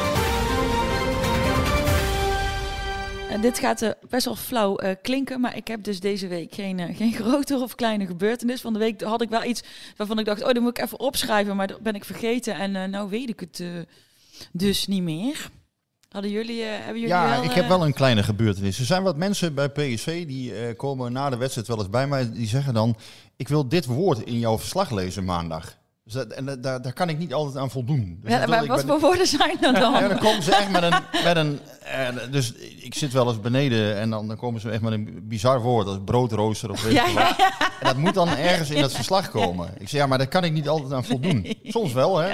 En dit gaat best wel flauw klinken, maar ik heb dus deze week geen grote of kleine gebeurtenis. Van de week had ik wel iets waarvan ik dacht, dat moet ik even opschrijven, maar dat ben ik vergeten. En nou weet ik het dus niet meer. Hebben jullie wel... Ik heb wel een kleine gebeurtenis. Er zijn wat mensen bij PSV die komen na de wedstrijd wel eens bij mij. Die zeggen dan, ik wil dit woord in jouw verslag lezen maandag. Dus daar kan ik niet altijd aan voldoen. Dus ja, maar wat voor woorden zijn er dan? Ja, dan komen ze echt met een dus ik zit wel eens beneden en dan komen ze echt met een bizar woord als broodrooster of weet je wat. En dat moet dan ergens in dat verslag komen. Ik zeg, ja, maar daar kan ik niet altijd aan voldoen. Soms wel, hè.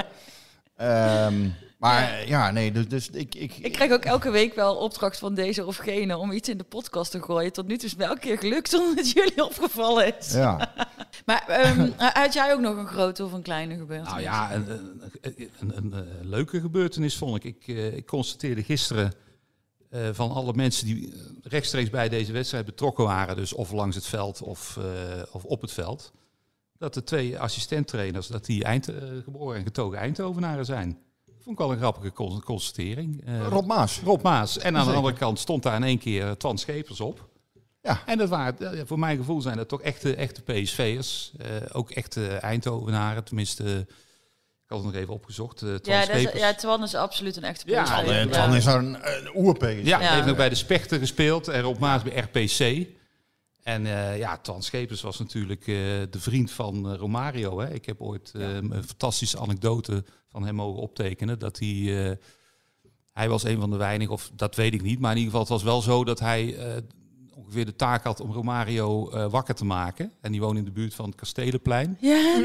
Maar ja, nee, dus ik krijg ook elke week wel opdracht van deze of gene om iets in de podcast te gooien. Tot nu toe is het elke keer gelukt zonder dat jullie opgevallen is. Ja. Maar had jij ook nog een grote of een kleine gebeurtenis? Nou ja, een leuke gebeurtenis vond ik. Ik constateerde gisteren van alle mensen die rechtstreeks bij deze wedstrijd betrokken waren, dus of langs het veld of op het veld, dat de 2 assistenttrainers, dat die geboren en getogen Eindhovenaren zijn. Vond ik wel een grappige constatering. Rob Maas. En aan de andere kant stond daar in één keer Twan Schepers op. Ja. En dat waren, voor mijn gevoel zijn dat toch echte PSV'ers. Ook echte Eindhovenaren. Tenminste, ik had het nog even opgezocht. Twan Schepers. Twan is absoluut een echte PSV. Ja, Twan is een oer-PSV. Ja, heeft nog bij de Spechter gespeeld. En Rob Maas bij RPC. En Twan Schepers was natuurlijk de vriend van Romario. Hè. Ik heb ooit een fantastische anekdote van hem mogen optekenen. Dat hij was een van de weinigen, of dat weet ik niet. Maar in ieder geval, het was wel zo dat hij ongeveer de taak had om Romario wakker te maken. En die woonde in de buurt van het Kastelenplein. Ja,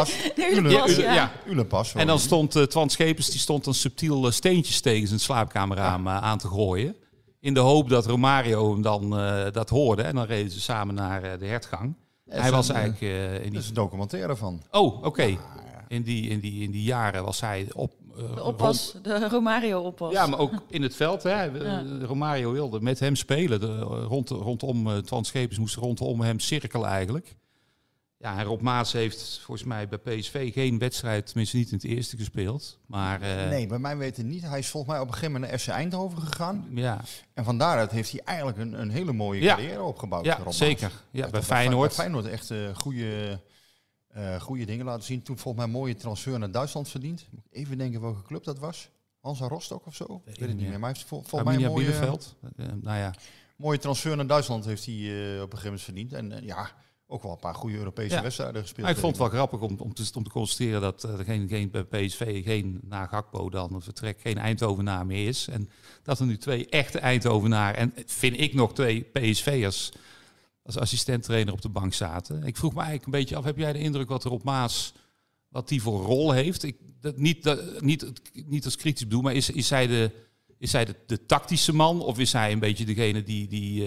Ulepas. En dan stond Twan Schepers, die stond dan subtiel steentjes tegen zijn slaapkamerraam aan te gooien. In de hoop dat Romario hem dan dat hoorde. En dan reden ze samen naar de hertgang. Hij was eigenlijk... Er is een documentaire van. Oh, oké. Ja. In die jaren was hij de Romario-oppas. Ja, maar ook in het veld. Hè. Romario wilde met hem spelen. Rondom Twan Schepers moest rondom hem cirkelen eigenlijk. Ja, en Rob Maas heeft volgens mij bij PSV geen wedstrijd, tenminste niet in het eerste gespeeld. Maar, nee, bij mij weten niet. Hij is volgens mij op een gegeven moment naar FC Eindhoven gegaan. Ja. En van daaruit heeft hij eigenlijk een hele mooie carrière opgebouwd. Ja, zeker. Ja, bij Feyenoord. Bij Feyenoord echt goede dingen laten zien. Toen volgens mij een mooie transfer naar Duitsland verdiend. Moet ik even denken welke club dat was. Hansa Rostock of zo? Ik weet het niet meer. Maar hij heeft volgens mij een mooie, mooie transfer naar Duitsland heeft hij op een gegeven moment verdiend. En ook wel een paar goede Europese wedstrijden gespeeld. Ik vond het wel grappig om te constateren dat er geen bij PSV, na Gakpo dan een vertrek, geen Eindhovenaar meer is. En dat er nu 2 echte Eindhovenaren en vind ik nog 2 PSV'ers als assistenttrainer op de bank zaten. Ik vroeg me eigenlijk een beetje af, heb jij de indruk wat Rob Maas, wat die voor rol heeft? Niet als kritisch bedoel, maar is hij de tactische man of is hij een beetje degene die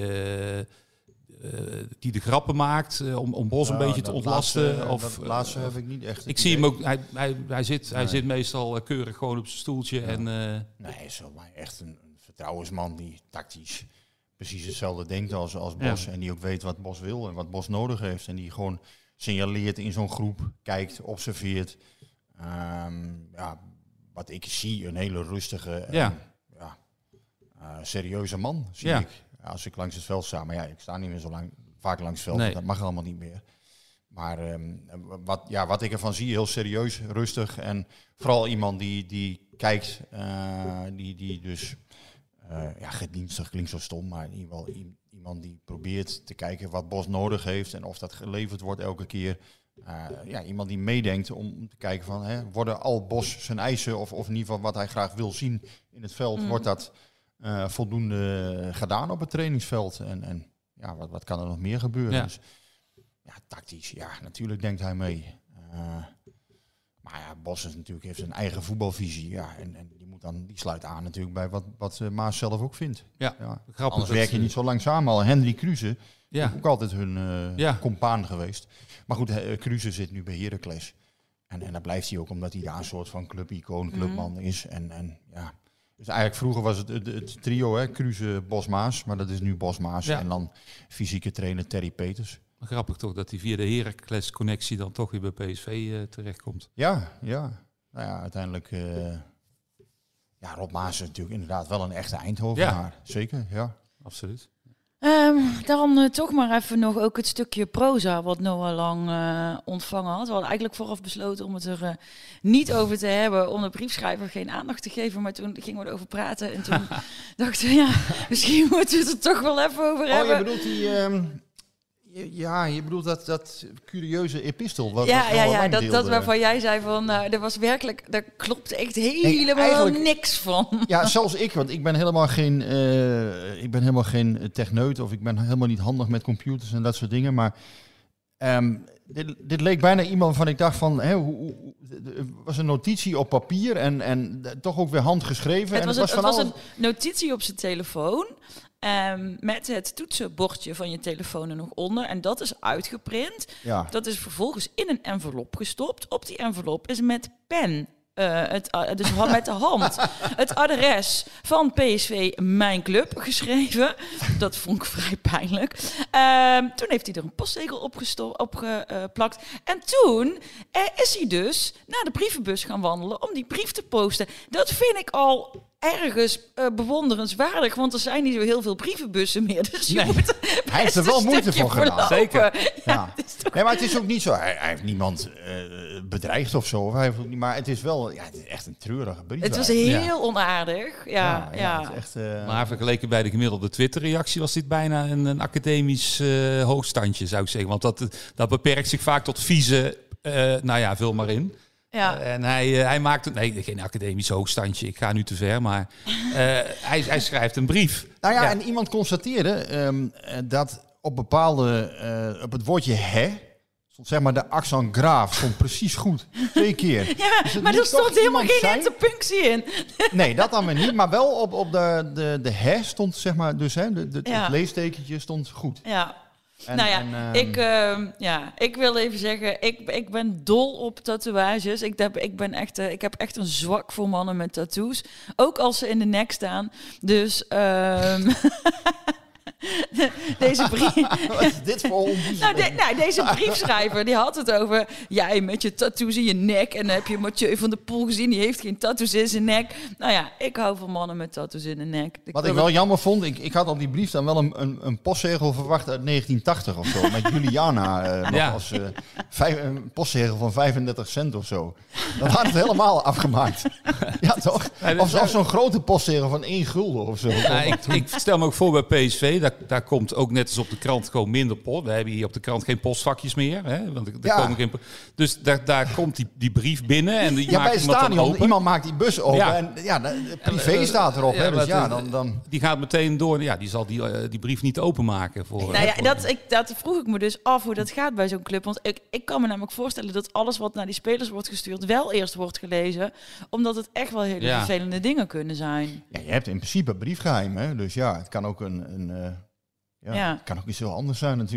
de grappen maakt om Bos een beetje te ontlasten? Dat laatste heb ik niet echt. Ik zie hem ook, hij zit meestal keurig gewoon op zijn stoeltje. Ja. Nee, is wel echt een vertrouwensman die tactisch precies hetzelfde denkt als Bos. Ja. En die ook weet wat Bos wil en wat Bos nodig heeft. En die gewoon signaleert in zo'n groep, kijkt, observeert. Wat ik zie, een hele rustige, serieuze man, zie ik. Ja, als ik langs het veld sta. Maar ja, ik sta niet meer zo vaak langs het veld. Nee. Dat mag allemaal niet meer. Maar wat ik ervan zie, heel serieus, rustig. En vooral iemand die kijkt, die dus... gedienstig klinkt zo stom, maar in ieder geval iemand die probeert te kijken wat Bos nodig heeft en of dat geleverd wordt elke keer. Iemand die meedenkt om te kijken van, worden al Bos zijn eisen of in ieder geval wat hij graag wil zien in het veld, wordt dat voldoende gedaan op het trainingsveld? En wat kan er nog meer gebeuren? Ja. Dus, tactisch, natuurlijk denkt hij mee. Maar ja, Bos heeft zijn eigen voetbalvisie. Ja, en die sluit aan natuurlijk bij wat Maas zelf ook vindt. Ja. Grappig. Anders werk je niet zo lang samen al. Henry Kruse, ook altijd hun compaan geweest. Maar goed, Kruse zit nu bij Heracles. En daar blijft hij ook, omdat hij daar een soort van clubicoon, clubman is. Dus eigenlijk vroeger was het trio, Kruse, Bos, Maas. Maar dat is nu Bos, Maas. Ja. En dan fysieke trainer Terry Peters. Grappig toch dat hij via de Heracles-connectie dan toch weer bij PSV terechtkomt. Ja. Nou ja, uiteindelijk... Rob Maas is natuurlijk inderdaad wel een echte Eindhovenaar. Ja. Zeker, ja. Absoluut. Dan toch maar even nog ook het stukje proza wat Noah Lang ontvangen had. We hadden eigenlijk vooraf besloten om het er niet over te hebben, om de briefschrijver geen aandacht te geven. Maar toen gingen we erover praten en toen dachten we, misschien moeten we het er toch wel even over hebben. Je bedoelt die... je bedoelt dat curieuze epistel. Dat waarvan jij zei van, er was werkelijk, daar klopt echt helemaal niks van. Ja, zelfs ik, want ik ben helemaal geen techneut of ik ben helemaal niet handig met computers en dat soort dingen. Maar dit leek bijna iemand waarvan ik dacht van, er was een notitie op papier en toch ook weer handgeschreven. Het was een notitie op zijn telefoon. Met het toetsenbordje van je telefoon er nog onder. En dat is uitgeprint. Ja. Dat is vervolgens in een envelop gestopt. Op die envelop is met pen, dus met de hand, het adres van PSV Mijn Club geschreven. Dat vond ik vrij pijnlijk. Toen heeft hij er een postzegel opgeplakt. En toen is hij dus naar de brievenbus gaan wandelen om die brief te posten. Dat vind ik al ergens bewonderenswaardig, want er zijn niet zo heel veel brievenbussen meer. Dus je moet hij heeft er wel moeite voor gedaan. Zeker. Ja. Nee, maar het is ook niet zo. Hij heeft niemand bedreigd of zo. Maar het is wel het is echt een treurige brief. Het was heel onaardig. Ja. Het is echt, maar vergeleken bij de gemiddelde Twitter-reactie was dit bijna een academisch hoogstandje, zou ik zeggen. Want dat beperkt zich vaak tot vieze, vul maar in. Ja. En hij maakt geen academisch hoogstandje, ik ga nu te ver, maar hij schrijft een brief. En iemand constateerde dat op het woordje stond zeg maar de accent graaf stond precies goed. 2 keer. Ja, dus maar er stond helemaal geen interpunctie in. Nee, dat dan weer niet, maar wel op de stond zeg maar, dus het leestekentje stond goed. Ja. Ik wil even zeggen, ik ben dol op tatoeages. Ik heb echt een zwak voor mannen met tattoos. Ook als ze in de nek staan. Dus... Deze brief... Wat is dit voor onbezorgd? Deze briefschrijver die had het over... Jij met je tattoos in je nek. En dan heb je Mathieu van der Poel gezien. Die heeft geen tattoos in zijn nek. Nou ja, ik hou van mannen met tattoos in de nek. Wat ik wel jammer vond... Ik had op die brief dan wel een postzegel verwacht uit 1980 of zo. Met Juliana als een postzegel van 35 cent of zo. Dan had het helemaal afgemaakt. Ja, toch? Of zo'n grote postzegel van 1 gulden of zo. Ja, ik stel me ook voor bij PSV... Daar komt ook net als op de krant gewoon minder post. We hebben hier op de krant geen postvakjes meer. Hè? Want komen geen dus daar komt die brief binnen. En die maakt bij het stadion, open. Iemand maakt die bus open. Ja. En privé staat erop. Dan... Die gaat meteen door. Ja, die zal die brief niet openmaken. Dat vroeg ik me dus af hoe dat gaat bij zo'n club. Want ik kan me namelijk voorstellen dat alles wat naar die spelers wordt gestuurd... wel eerst wordt gelezen. Omdat het echt wel hele vervelende dingen kunnen zijn. Ja, je hebt in principe briefgeheim. Hè? Dus ja, het kan ook het kan ook iets heel anders zijn natuurlijk.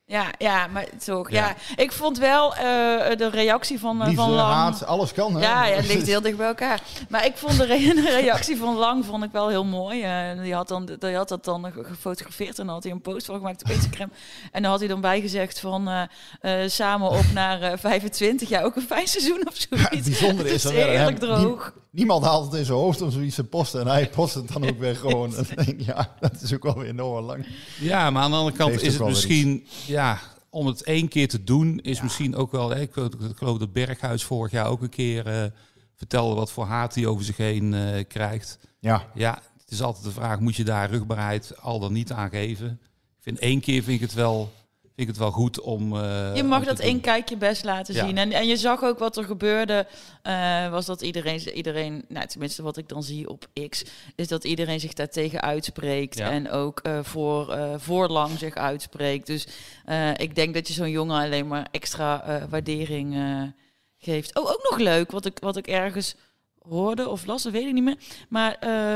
Ja, maar toch. Ja. Ik vond wel de reactie van Liefde, Lang... haat, alles kan. Hè? Ja, het ligt heel dicht bij elkaar. Maar ik vond de reactie van Lang vond ik wel heel mooi. Die had dat dan gefotografeerd en dan had hij een post van gemaakt op Instagram. En dan had hij dan bijgezegd van samen op naar 25 jaar ook een fijn seizoen of zoiets. Ja, het bijzondere is dan eerlijk droog. Niemand haalt het in zijn hoofd om zoiets te posten. En hij post het dan ook weer gewoon. En dan denk ik, ja, dat is ook wel weer Noah Lang. Ja, maar aan de andere kant Geeft is ook het wel misschien... Ja, om het 1 keer te doen is misschien ook wel... Ik geloof dat Berghuis vorig jaar ook een keer vertelde wat voor haat hij over zich heen krijgt. Ja. Ja, het is altijd de vraag, moet je daar rugbaarheid al dan niet aan geven? Ik vind 1 keer vind ik het wel goed om... Je mag dat 1 kijkje best laten zien. En je zag ook wat er gebeurde. Was dat iedereen, nou, tenminste wat ik dan zie op X, is dat iedereen zich daartegen uitspreekt. Ja. En ook voor Lang zich uitspreekt. Dus ik denk dat je zo'n jongen alleen maar extra waardering geeft. Oh, ook nog leuk, wat ik ergens hoorde of las, dat weet ik niet meer. Maar,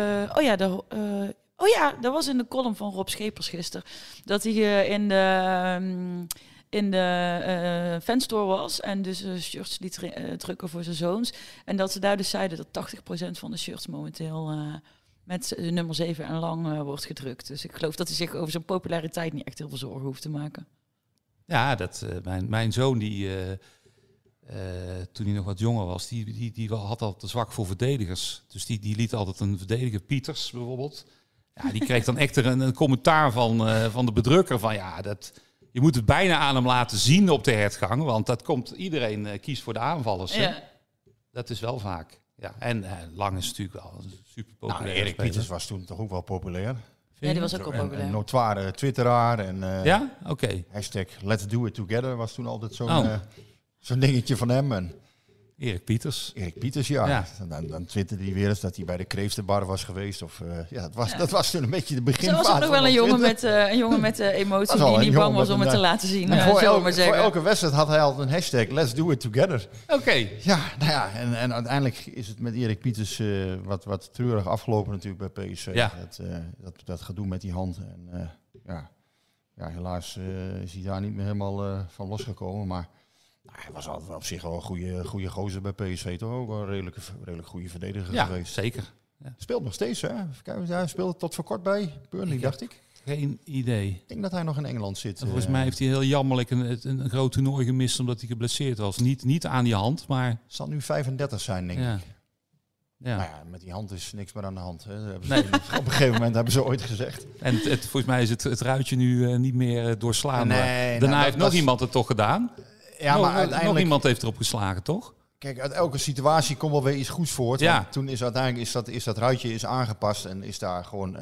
dat was in de column van Rob Schepers gisteren. Dat hij in de fanstore was en dus shirts liet drukken voor zijn zoons. En dat ze daar dus zeiden dat 80% van de shirts momenteel met nummer 7 en Lang wordt gedrukt. Dus ik geloof dat hij zich over zijn populariteit niet echt heel veel zorgen hoeft te maken. Ja, mijn zoon die... toen hij nog wat jonger was, die had altijd een zwak voor verdedigers. Dus die liet altijd een verdediger, Pieters bijvoorbeeld. Ja, die kreeg dan echt een commentaar van de bedrukker van je moet het bijna aan hem laten zien op de hertgang, want iedereen kiest voor de aanvallers. Ja. Dat is wel vaak. Ja, en Lang is natuurlijk wel een super populair. Erik Pieters was toen toch ook wel populair. Ja, die was ook wel populair. Een notoire twitteraar en ja, oké. Hashtag Let's Do It Together was toen altijd zo'n dingetje van hem. En Erik Pieters. Erik Pieters, ja. Dan twitterde hij weer eens dat hij bij de Kreeftenbar was geweest. Of, dat was toen een beetje de beginfase. Er was ook nog wel een jongen met emotie die niet bang was om het te laten zien. Voor elke wedstrijd had hij altijd een hashtag Let's Do It Together. Oké. Ja, nou ja, en uiteindelijk is het met Erik Pieters wat treurig afgelopen natuurlijk bij PSV. Ja. Dat gedoe met die hand. En helaas is hij daar niet meer helemaal van losgekomen, maar... Hij was altijd op zich wel een goede gozer bij PSV, toch ook een redelijk goede verdediger geweest. Zeker. Ja. Speelt nog steeds, hè? Hij speelde tot voor kort bij Burnley, dacht ik. Geen idee. Ik denk dat hij nog in Engeland zit. En volgens mij heeft hij heel jammerlijk een groot toernooi gemist omdat hij geblesseerd was. Niet aan die hand, maar... Zal nu 35 zijn, denk ik. Ja. Nou ja, met die hand is niks meer aan de hand. Hè. Op een gegeven moment hebben ze ooit gezegd. En volgens mij is het ruitje nu niet meer doorslaan. Nee, daarna heeft nog iemand het toch gedaan. Ja, maar uiteindelijk... Nog iemand heeft erop geslagen, toch? Kijk, uit elke situatie komt wel weer iets goeds voort. Ja. Want toen is uiteindelijk is dat ruitje is aangepast en is daar gewoon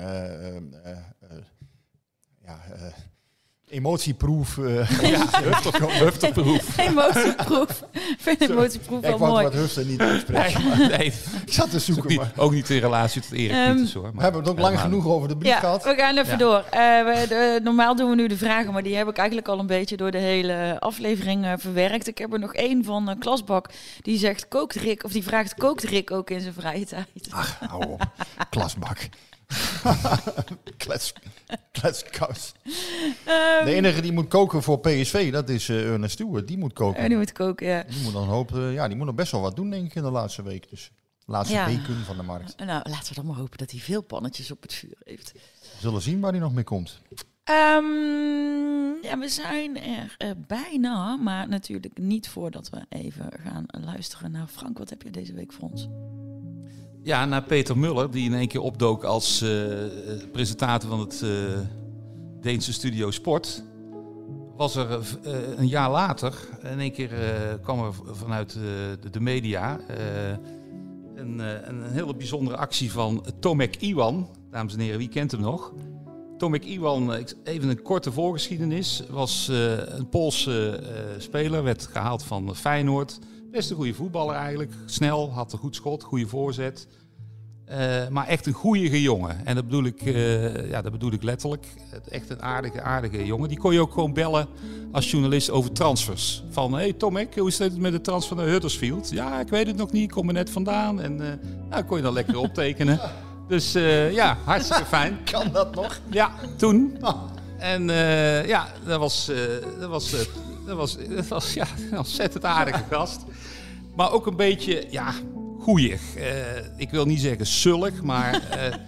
emotieproof. Hufterproof. Emotieproof. Ik vind emotieproof wel mooi. Ik wou wat Hufter niet uitspreken. Nee. Ik zat te zoeken. Ook niet in relatie tot Erik Pieters, hoor. We hebben het ook lang genoeg over de brief gehad. We gaan even door. Normaal doen we nu de vragen, maar die heb ik eigenlijk al een beetje door de hele aflevering verwerkt. Ik heb er nog één van Klasbak. Die zegt, die vraagt, kookt Rick ook in zijn vrije tijd? Ach, hou op. Klasbak. Kletskous. De enige die moet koken voor PSV, dat is Ernest Stewart. Die moet koken. Die moet koken, ja. Die moet nog best wel wat doen, denk ik, in de laatste week. Dus de laatste weken van de markt. Nou, laten we dan maar hopen dat hij veel pannetjes op het vuur heeft. We zullen zien waar hij nog mee komt. We zijn er bijna, maar natuurlijk niet voordat we even gaan luisteren naar Frank. Wat heb je deze week voor ons? Ja, naar Peter Muller, die in één keer opdook als presentator van het Deense Studio Sport. Was er een jaar later, in één keer kwam er vanuit de media een hele bijzondere actie van Tomek Iwan. Dames en heren, wie kent hem nog? Tomek Iwan, even een korte voorgeschiedenis, was een Poolse speler, werd gehaald van Feyenoord. Best een goede voetballer eigenlijk. Snel, had een goed schot, goede voorzet. Maar echt een goeie jongen. En dat bedoel ik letterlijk. Echt een aardige jongen. Die kon je ook gewoon bellen als journalist over transfers. Van, hey Tomek, hoe is het met de transfer naar Huddersfield? Ja, ik weet het nog niet, ik kom er net vandaan. En kon je dan lekker optekenen. Dus hartstikke fijn. Kan dat nog? Ja, toen. En dat was een ontzettend aardige gast. Maar ook een beetje, goeieig. Ik wil niet zeggen sullig, maar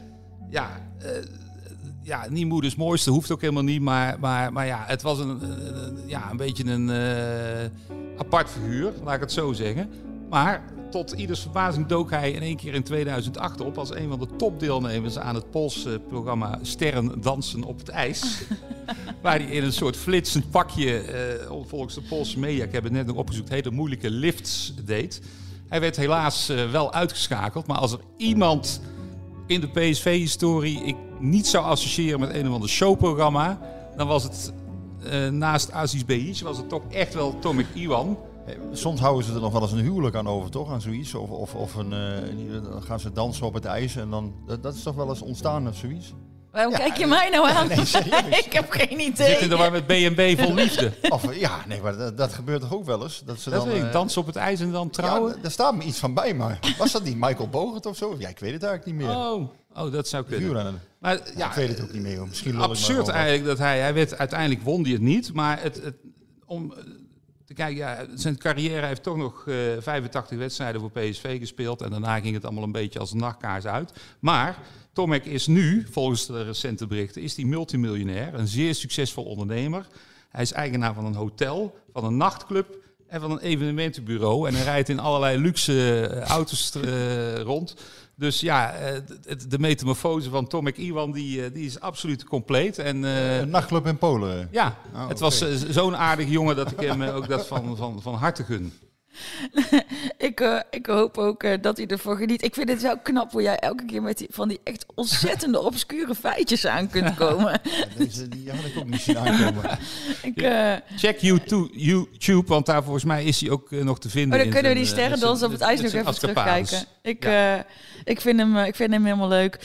niet moeders mooiste, hoeft ook helemaal niet. Maar ja, het was een beetje een apart figuur, laat ik het zo zeggen. Maar tot ieders verbazing dook hij in één keer in 2008 op als een van de topdeelnemers aan het Poolse programma Sterren dansen op het ijs. Waar hij in een soort flitsend pakje, volgens de Poolse media, ik heb het net nog opgezocht, hele moeilijke lifts deed. Hij werd helaas wel uitgeschakeld, maar als er iemand in de PSV-historie ik niet zou associëren met een of ander showprogramma, dan was het naast Aziz Behic was het toch echt wel Tomek Iwan. Soms houden ze er nog wel eens een huwelijk aan over, toch? Aan zoiets. Of dan gaan ze dansen op het ijs en dan... Dat is toch wel eens ontstaan of zoiets? Waarom kijk je mij nou aan? Nee, ik heb geen idee. Zitten er maar met B&B vol liefde. Maar dat gebeurt toch ook wel eens? Dat ze dat dan, weet ik, dansen op het ijs en dan trouwen? Ja, daar staat me iets van bij, maar was dat niet Michael Bogert of zo? Ja, ik weet het eigenlijk niet meer. Oh, dat zou kunnen. Maar ik weet het ook niet meer. Misschien absurd eigenlijk dat hij werd uiteindelijk won hij het niet, maar om te kijken, zijn carrière heeft toch nog 85 wedstrijden voor PSV gespeeld en daarna ging het allemaal een beetje als een nachtkaars uit. Maar Tomek is nu, volgens de recente berichten, is hij multimiljonair, een zeer succesvol ondernemer. Hij is eigenaar van een hotel, van een nachtclub en van een evenementenbureau. En hij rijdt in allerlei luxe auto's rond. Dus ja, de metamorfose van Tomek Iwan die is absoluut compleet. En, een nachtclub in Polen? Ja, het was zo'n aardige jongen dat ik hem ook dat van harte gun. Ik hoop ook dat hij ervoor geniet. Ik vind het wel knap hoe jij elke keer met van die echt ontzettende obscure feitjes aan kunt komen. Die had ik ook niet zien aankomen. Check YouTube, want daar volgens mij is hij ook nog te vinden. Maar dan kunnen we die sterrendans op het ijs nog even terugkijken. Ik vind hem helemaal leuk.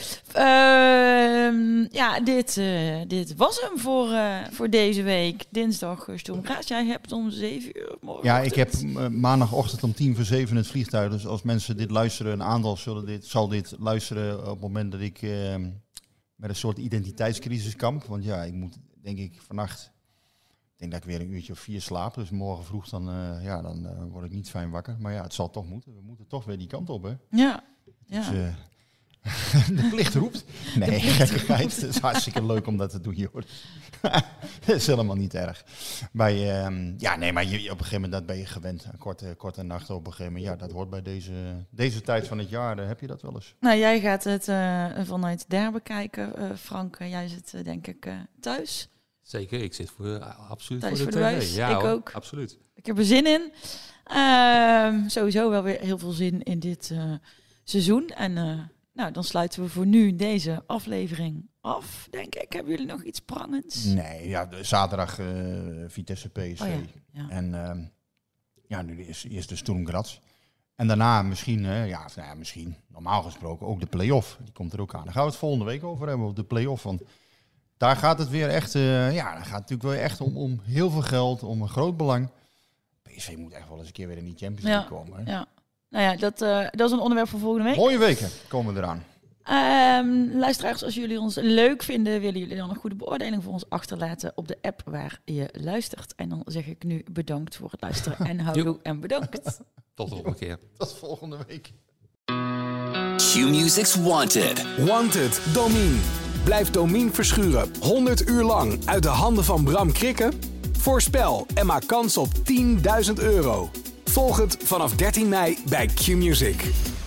Dit was hem voor deze week. Dinsdag, Sturm Graz. Jij hebt om 7 uur morgen. Ja, ik heb maandagochtend om 6:50 het vliegtuig. Dus als mensen dit luisteren, een aantal zal dit luisteren op het moment dat ik met een soort identiteitscrisis kamp. Want ja, ik moet denk ik vannacht, ik denk dat ik weer een uurtje of 4 slaap. Dus morgen vroeg dan word ik niet fijn wakker. Maar ja, het zal toch moeten. We moeten toch weer die kant op, hè? Ja. Dus, de plicht roept. Nee, gekkigheid. Het is hartstikke leuk om dat te doen, joh. Dat is helemaal niet erg. Maar op een gegeven moment dat ben je gewend. Korte nachten op een gegeven moment. Ja, dat hoort bij deze tijd van het jaar. Heb je dat wel eens? Nou, jij gaat het vanuit daar bekijken. Frank, jij zit denk ik thuis. Zeker, ik zit absoluut thuis voor de buis. tv. Ja, ik hoor, ook. Absoluut. Ik heb er zin in. Sowieso wel weer heel veel zin in dit seizoen. En dan sluiten we voor nu deze aflevering af, denk ik. Hebben jullie nog iets prangends? Nee, ja, zaterdag Vitesse PSV. Oh ja. En nu is de Sturm Graz. En daarna misschien, normaal gesproken ook de play-off. Die komt er ook aan. Daar gaan we het volgende week over hebben, de play-off. Want daar gaat het weer echt, daar gaat het natuurlijk wel echt om heel veel geld, om een groot belang. PSV moet echt wel eens een keer weer in die Champions League komen. Hè? Ja. Nou ja, dat is een onderwerp voor volgende week. Mooie weken komen eraan. Luisteraars, als jullie ons leuk vinden, willen jullie dan een goede beoordeling voor ons achterlaten op de app waar je luistert. En dan zeg ik nu bedankt voor het luisteren en houdoe en bedankt. Tot de volgende keer. Tot volgende week. Q-Music's Wanted. Wanted, Domien. Blijf Domien verschuren 100 uur lang uit de handen van Bram Krikke? Voorspel en maak kans op €10.000. Volg het vanaf 13 mei bij Q-Music.